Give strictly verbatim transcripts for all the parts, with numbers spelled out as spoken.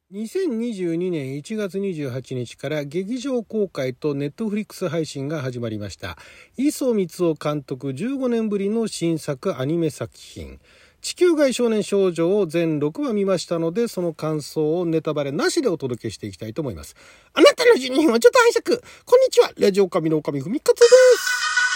にせんにじゅうにねんいちがつにじゅうはちにちから劇場公開とネットフリックス配信が始まりました。磯光雄監督じゅうごねんぶりの新作アニメ作品、地球外少年少女を全ろくわ見ましたので、その感想をネタバレなしでお届けしていきたいと思います。あなたのじゅうにふんはちょっと拝借。こんにちは、ラジオ神の神ふみかつです。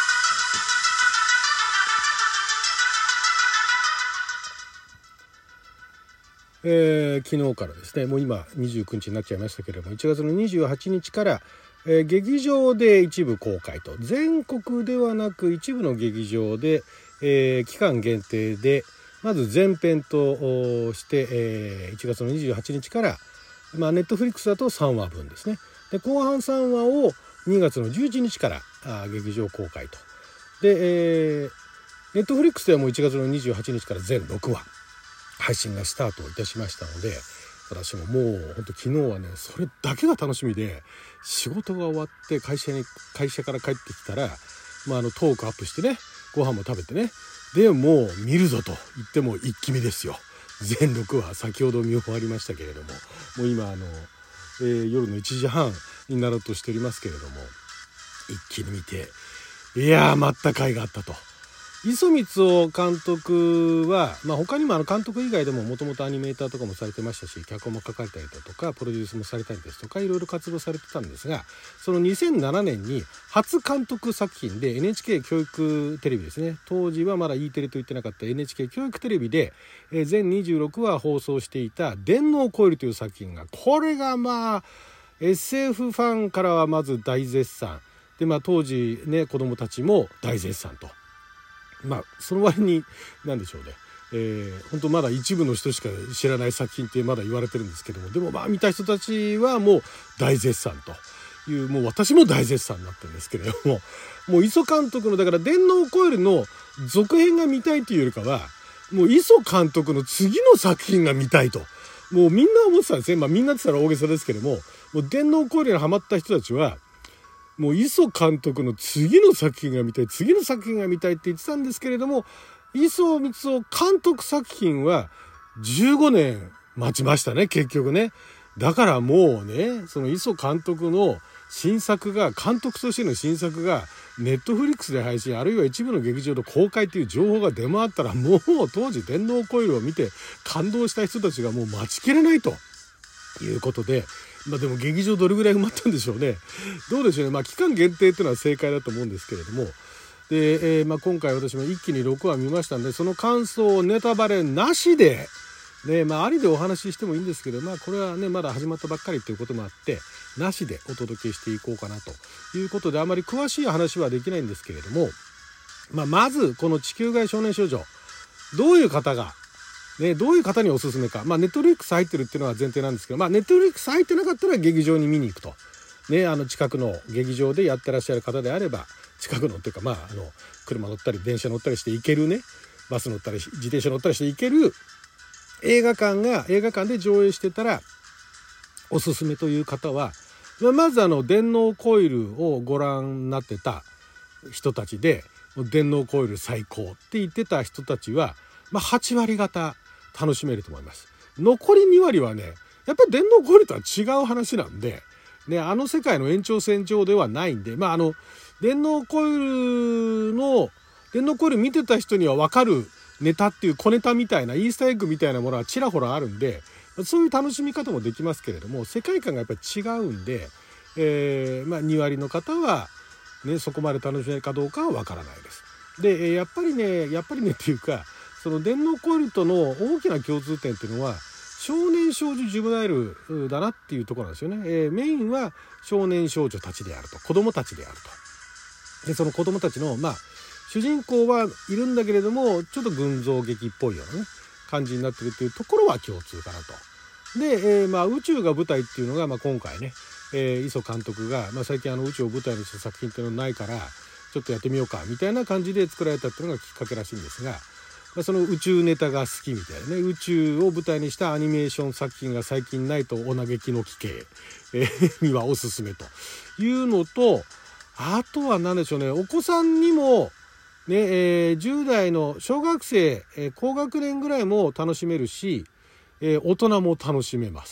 えー、昨日からですね、もう今にじゅうくにちになっちゃいましたけれども、いちがつのにじゅうはちにちから、えー、劇場で一部公開と、全国ではなく一部の劇場で、えー、期間限定でまず前編として、えー、いちがつのにじゅうはちにちから、まあ、ネットフリックスだとさんわぶんですね。で後半さんわをにがつのじゅういちにちからあ劇場公開と。で、えー、ネットフリックスではもういちがつのにじゅうはちにちから全ろくわ配信がスタートいたしましたので、私ももう本当昨日はね、それだけが楽しみで、仕事が終わって会社に会社から帰ってきたら、まあ、あのトークアップしてね、ご飯も食べてね、でもう見るぞと言っても一気見ですよ。全ろくわ先ほど見終わりましたけれども、もう今あの、えー、夜のいちじはんになろうとしておりますけれども、一気に見て、いやー待った甲斐があったと。磯光雄監督は、まあ、他にもあの監督以外でももともとアニメーターとかもされてましたし、脚本も書かれたりだとかプロデュースもされたりですとか、いろいろ活動されてたんですが、そのにせんななねんに初監督作品で エヌエイチケー 教育テレビですね、当時はまだ E テレと言ってなかった エヌエイチケー 教育テレビで全にじゅうろくわ放送していた電脳コイルという作品が、これがまあ エスエフ ファンからはまず大絶賛で、まあ、当時ね子供たちも大絶賛と。まあその割に何でしょうね、えー、本当まだ一部の人しか知らない作品ってまだ言われてるんですけども、でもまあ見た人たちはもう大絶賛という、もう私も大絶賛になってるんですけれども、もう磯監督のだから電脳コイルの続編が見たいというよりかは、もう磯監督の次の作品が見たいと、もうみんな思ってたんですね。まあみんなって言ったら大げさですけども、もう電脳コイルにハマった人たちはもう磯監督の次の作品が見たい次の作品が見たいって言ってたんですけれども、磯光雄監督作品はじゅうごねん待ちましたね、結局ね。だからもうね、その磯監督の新作が、監督としての新作がネットフリックスで配信、あるいは一部の劇場で公開っていう情報が出回ったら、もう当時電脳コイルを見て感動した人たちがもう待ちきれないということで、まあでも劇場どれぐらい埋まったんでしょうね。どうでしょうね。まあ期間限定っていうのは正解だと思うんですけれども、で、えー、まあ今回私も一気にろくわ見ましたんで、その感想をネタバレなしでね、まあありでお話ししてもいいんですけど、まあこれはねまだ始まったばっかりということもあってなしでお届けしていこうかなということで、あまり詳しい話はできないんですけれども、まあまずこの地球外少年少女、どういう方がね、どういう方におすすめか。まあネットフリックス入ってるっていうのは前提なんですけど、まあネットフリックス入ってなかったら劇場に見に行くと。ね、あの近くの劇場でやってらっしゃる方であれば、近くのっていうか、まああの車乗ったり電車乗ったりして行けるね、バス乗ったり自転車乗ったりして行ける映画館が映画館で上映してたらおすすめという方は、まあ、まずあの電脳コイルをご覧になってた人たちで、電脳コイル最高って言ってた人たちは、まあはちわり方楽しめると思います。残りにわりはね、やっぱり電脳コイルとは違う話なんで、ね、あの世界の延長線上ではないんで、まああの電脳コイルの電脳コイル見てた人には分かるネタっていう小ネタみたいなイースターエッグみたいなものはちらほらあるんで、そういう楽しみ方もできますけれども、世界観がやっぱり違うんで、えー、まあにわりの方はねそこまで楽しめるかどうかは分からないです。でやっぱりねやっぱりねっていうか、その電脳コイルとの大きな共通点っていうのは少年少女ジュブナイルだなっていうところなんですよね。えー、メインは少年少女たちであると、子供たちであると。でその子供たちのまあ主人公はいるんだけれども、ちょっと群像劇っぽいようなね感じになってるっていうところは共通かなと。で、えー、まあ宇宙が舞台っていうのが、まあ、今回ね、えー、磯監督が、まあ、最近あの宇宙を舞台にした作品っていうのないからちょっとやってみようかみたいな感じで作られたっていうのがきっかけらしいんですが、まあ、その宇宙ネタが好きみたいなね、宇宙を舞台にしたアニメーション作品が最近ないとお嘆きの奇形、えー、にはおすすめというのと、あとは何でしょうね、お子さんにもね、えー、じゅう代の小学生、えー、高学年ぐらいも楽しめるし、えー、大人も楽しめます。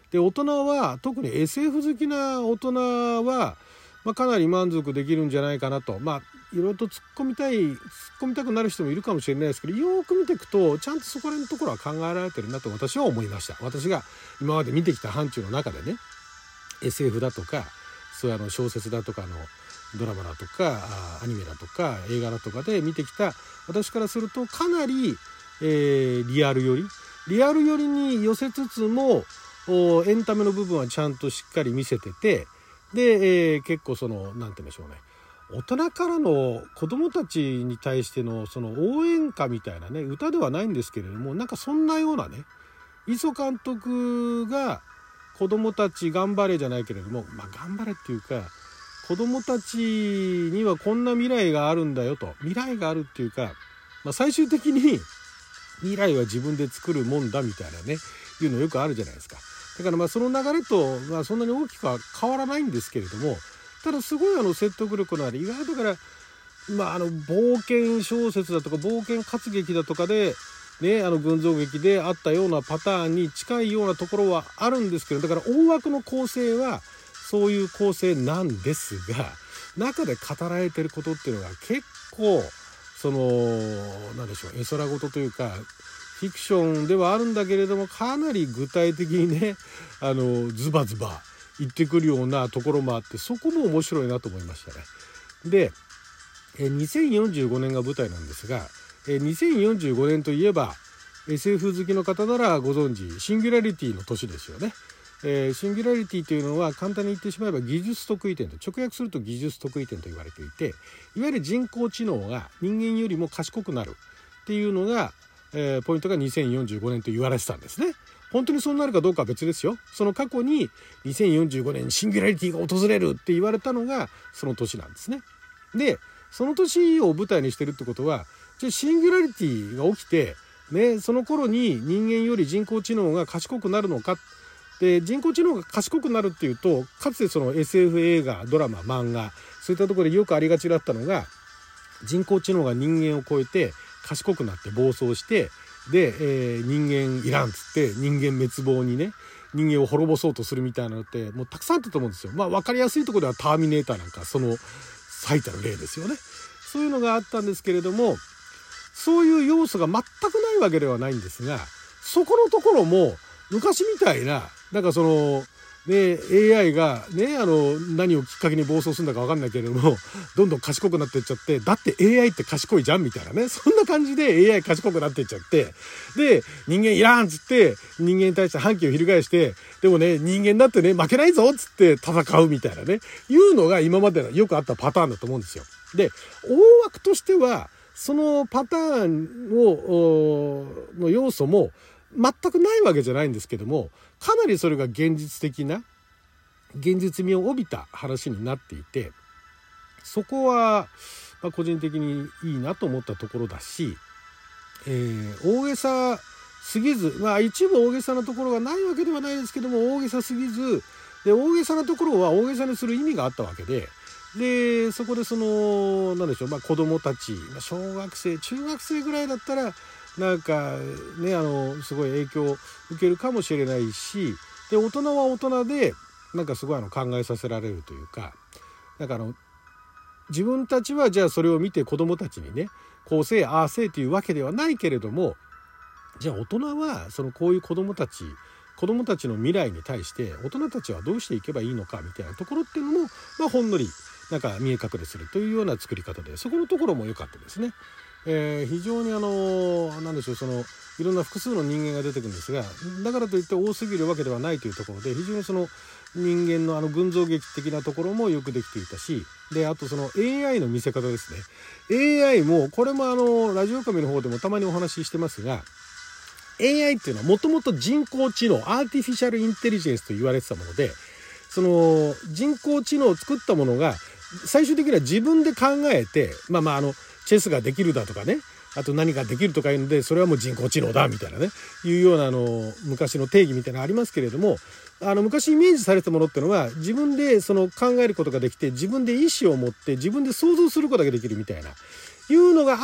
で大人は特に エスエフ 好きな大人は、まあ、かなり満足できるんじゃないかなと、まあいろいろと突っ込みたい突っ込みたくなる人もいるかもしれないですけど、よく見ていくとちゃんとそこら辺のところは考えられてるなと私は思いました。私が今まで見てきた範疇の中でね、 エスエフ だとかそういうあの小説だとかのドラマだとかアニメだとか映画だとかで見てきた私からするとかなり、えー、リアル寄りリアル寄りに寄せつつもエンタメの部分はちゃんとしっかり見せてて、で、えー、結構そのなんて言うんでしょうね、大人からの子供たちに対してのその応援歌みたいなね、歌ではないんですけれども、なんかそんなようなね、磯監督が子供たち頑張れじゃないけれども、まあ頑張れっていうか、子供たちにはこんな未来があるんだよと、未来があるっていうか、まあ、最終的に未来は自分で作るもんだみたいなね、いうのよくあるじゃないですか。だからまあその流れと、まあ、そんなに大きくは変わらないんですけれども、ただすごいあの説得力のある、意外だから、まあ、あの冒険小説だとか冒険活劇だとかで、ね、あの群像劇であったようなパターンに近いようなところはあるんですけど、だから大枠の構成はそういう構成なんですが、中で語られてることっていうのが結構そのなんでしょう、絵空事というかフィクションではあるんだけれども、かなり具体的にね、あのズバズバ言ってくるようなところもあって、そこも面白いなと思いましたね。でにせんよんじゅうごねんが舞台なんですが、にせんよんじゅうごねんといえば エスエフ 好きの方ならご存知、シンギュラリティの年ですよね。えー、シンギュラリティというのは簡単に言ってしまえば技術得意点と、直訳すると技術得意点と言われていて、いわゆる人工知能が人間よりも賢くなるっていうのが、えー、ポイントがにせんよんじゅうごねんと言われてたんですね。本当にそうなるかどうかは別ですよ。その過去ににせんよんじゅうごねんにシンギュラリティが訪れるって言われたのがその年なんですね。でその年を舞台にしてるってことは、じゃあシンギュラリティが起きて、ね、その頃に人間より人工知能が賢くなるのか。で人工知能が賢くなるっていうと、かつてその エスエフ 映画、ドラマ、漫画、そういったところでよくありがちだったのが、人工知能が人間を超えて賢くなって暴走して、で、えー、人間いらんっつって人間滅亡にね、人間を滅ぼそうとするみたいなのってもうたくさんあったと思うんですよ。まあ分かりやすいところではターミネーターなんかその最たる例ですよね。そういうのがあったんですけれども、そういう要素が全くないわけではないんですが、そこのところも昔みたいな、なんかそのね エーアイ がね、あの何をきっかけに暴走するんだか分かんないけれども、どんどん賢くなっていっちゃって、だって エーアイ って賢いじゃんみたいなね、そんな感じで エーアイ 賢くなっていっちゃって、で人間いらんっつって人間に対して反旗を翻して、でもね人間だってね負けないぞっつって戦うみたいなね、いうのが今までのよくあったパターンだと思うんですよ。で大枠としてはそのパターンをの要素も全くないわけじゃないんですけども、かなりそれが現実的な現実味を帯びた話になっていて、そこは、まあ、個人的にいいなと思ったところだし、えー、大げさすぎず、まあ一部大げさなところがないわけではないですけども、大げさすぎずで、大げさなところは大げさにする意味があったわけで、でそこでそのなんでしょう、まあ、子供たち、小学生中学生ぐらいだったらなんかね、あのすごい影響を受けるかもしれないし、で大人は大人でなんかすごいあの考えさせられるというか、なんかあの自分たちはじゃあそれを見て子供たちにね、こうせいああせいというわけではないけれども、じゃあ大人はそのこういう子供たち子供たちの未来に対して大人たちはどうしていけばいいのかみたいなところっていうのも、まあ、ほんのりなんか見え隠れするというような作り方で、そこのところも良かったですね。えー、非常にあのなんでしょう、そのいろんな複数の人間が出てくるんですが、だからといって多すぎるわけではないというところで、非常にその人間のあの群像劇的なところもよくできていたし、であとその エーアイ の見せ方ですね。 エーアイ もこれもあのラジオ神の方でもたまにお話ししてますが、 エーアイ っていうのはもともと人工知能アーティフィシャルインテリジェンスと言われてたもので、その人工知能を作ったものが最終的には自分で考えて、まあまああのチェスができるだとかね、あと何ができるとかいうので、それはもう人工知能だみたいなね、いうようなあの昔の定義みたいなのありますけれども、あの昔イメージされたものってのは自分でその考えることができて、自分で意思を持って自分で想像することができるみたいないうのがあっ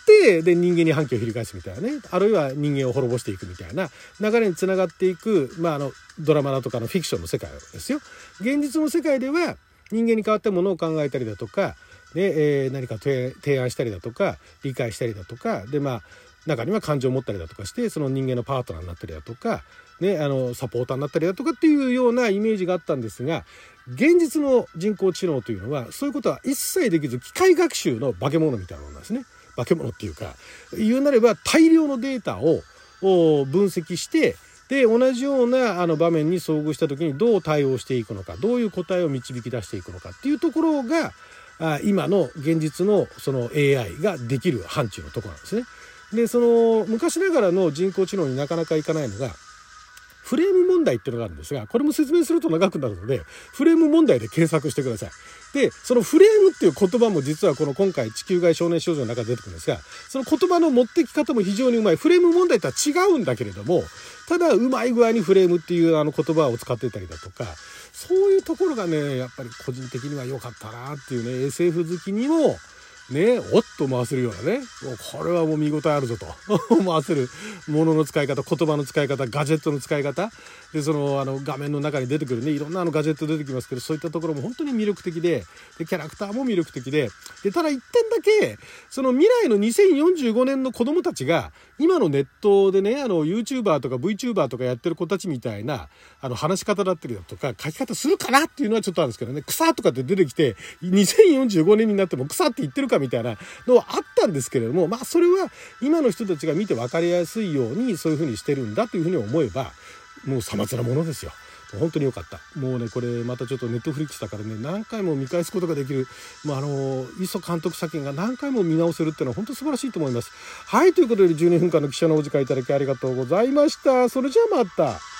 てで人間に反旗を翻すみたいなね、あるいは人間を滅ぼしていくみたいな流れにつながっていく、まあ、あのドラマだとかのフィクションの世界ですよ。現実の世界では人間に代わってものを考えたりだとか、で、えー、何か提案したりだとか理解したりだとかで、まあ中には感情を持ったりだとかしてその人間のパートナーになったりだとか、ね、あのサポーターになったりだとかっていうようなイメージがあったんですが、現実の人工知能というのはそういうことは一切できず機械学習の化け物みたいなものなんですね。化け物っていうか言うなれば大量のデータを分析してで同じようなあの場面に遭遇した時にどう対応していくのか、どういう答えを導き出していくのかっていうところが今の現実のその エーアイ ができる範疇のところなんですね。でその昔ながらの人工知能になかなかいかないのがフレーム問題っていうのがあるんですが、これも説明すると長くなるのでフレーム問題で検索してください。でそのフレームっていう言葉も実はこの今回地球外少年少女の中で出てくるんですが、その言葉の持ってき方も非常にうまい。フレーム問題とは違うんだけれども、ただうまい具合にフレームっていうあの言葉を使ってたりだとか、そういうところがねやっぱり個人的には良かったなっていうね、 エスエフ 好きにもね、おっと回せるようなね、もうこれはもう見応えあるぞと回せるものの使い方、言葉の使い方、ガジェットの使い方で、そのあの画面の中に出てくるねいろんなあのガジェット出てきますけど、そういったところも本当に魅力的で、でキャラクターも魅力的で、でただ一点だけその未来のにせんよんじゅうごねんの子供たちが今のネットでねあの YouTuber とか VTuber とかやってる子たちみたいなあの話し方だったりだとか書き方するかなっていうのはちょっとあるんですけどね、草とかって出てきてにせんよんじゅうごねんになっても草って言ってるかみたいなのはあったんですけれども、まあそれは今の人たちが見て分かりやすいようにそういうふうにしてるんだというふうに思えばもうさまつなものですよ。本当に良かった。もうねこれまたちょっとネットフリックスだからね何回も見返すことができる、まあ、あの磯監督作品が何回も見直せるっていうのは本当に素晴らしいと思います。はい、ということでじゅうにふんかんの記者のお時間いただきありがとうございました。それじゃあまた。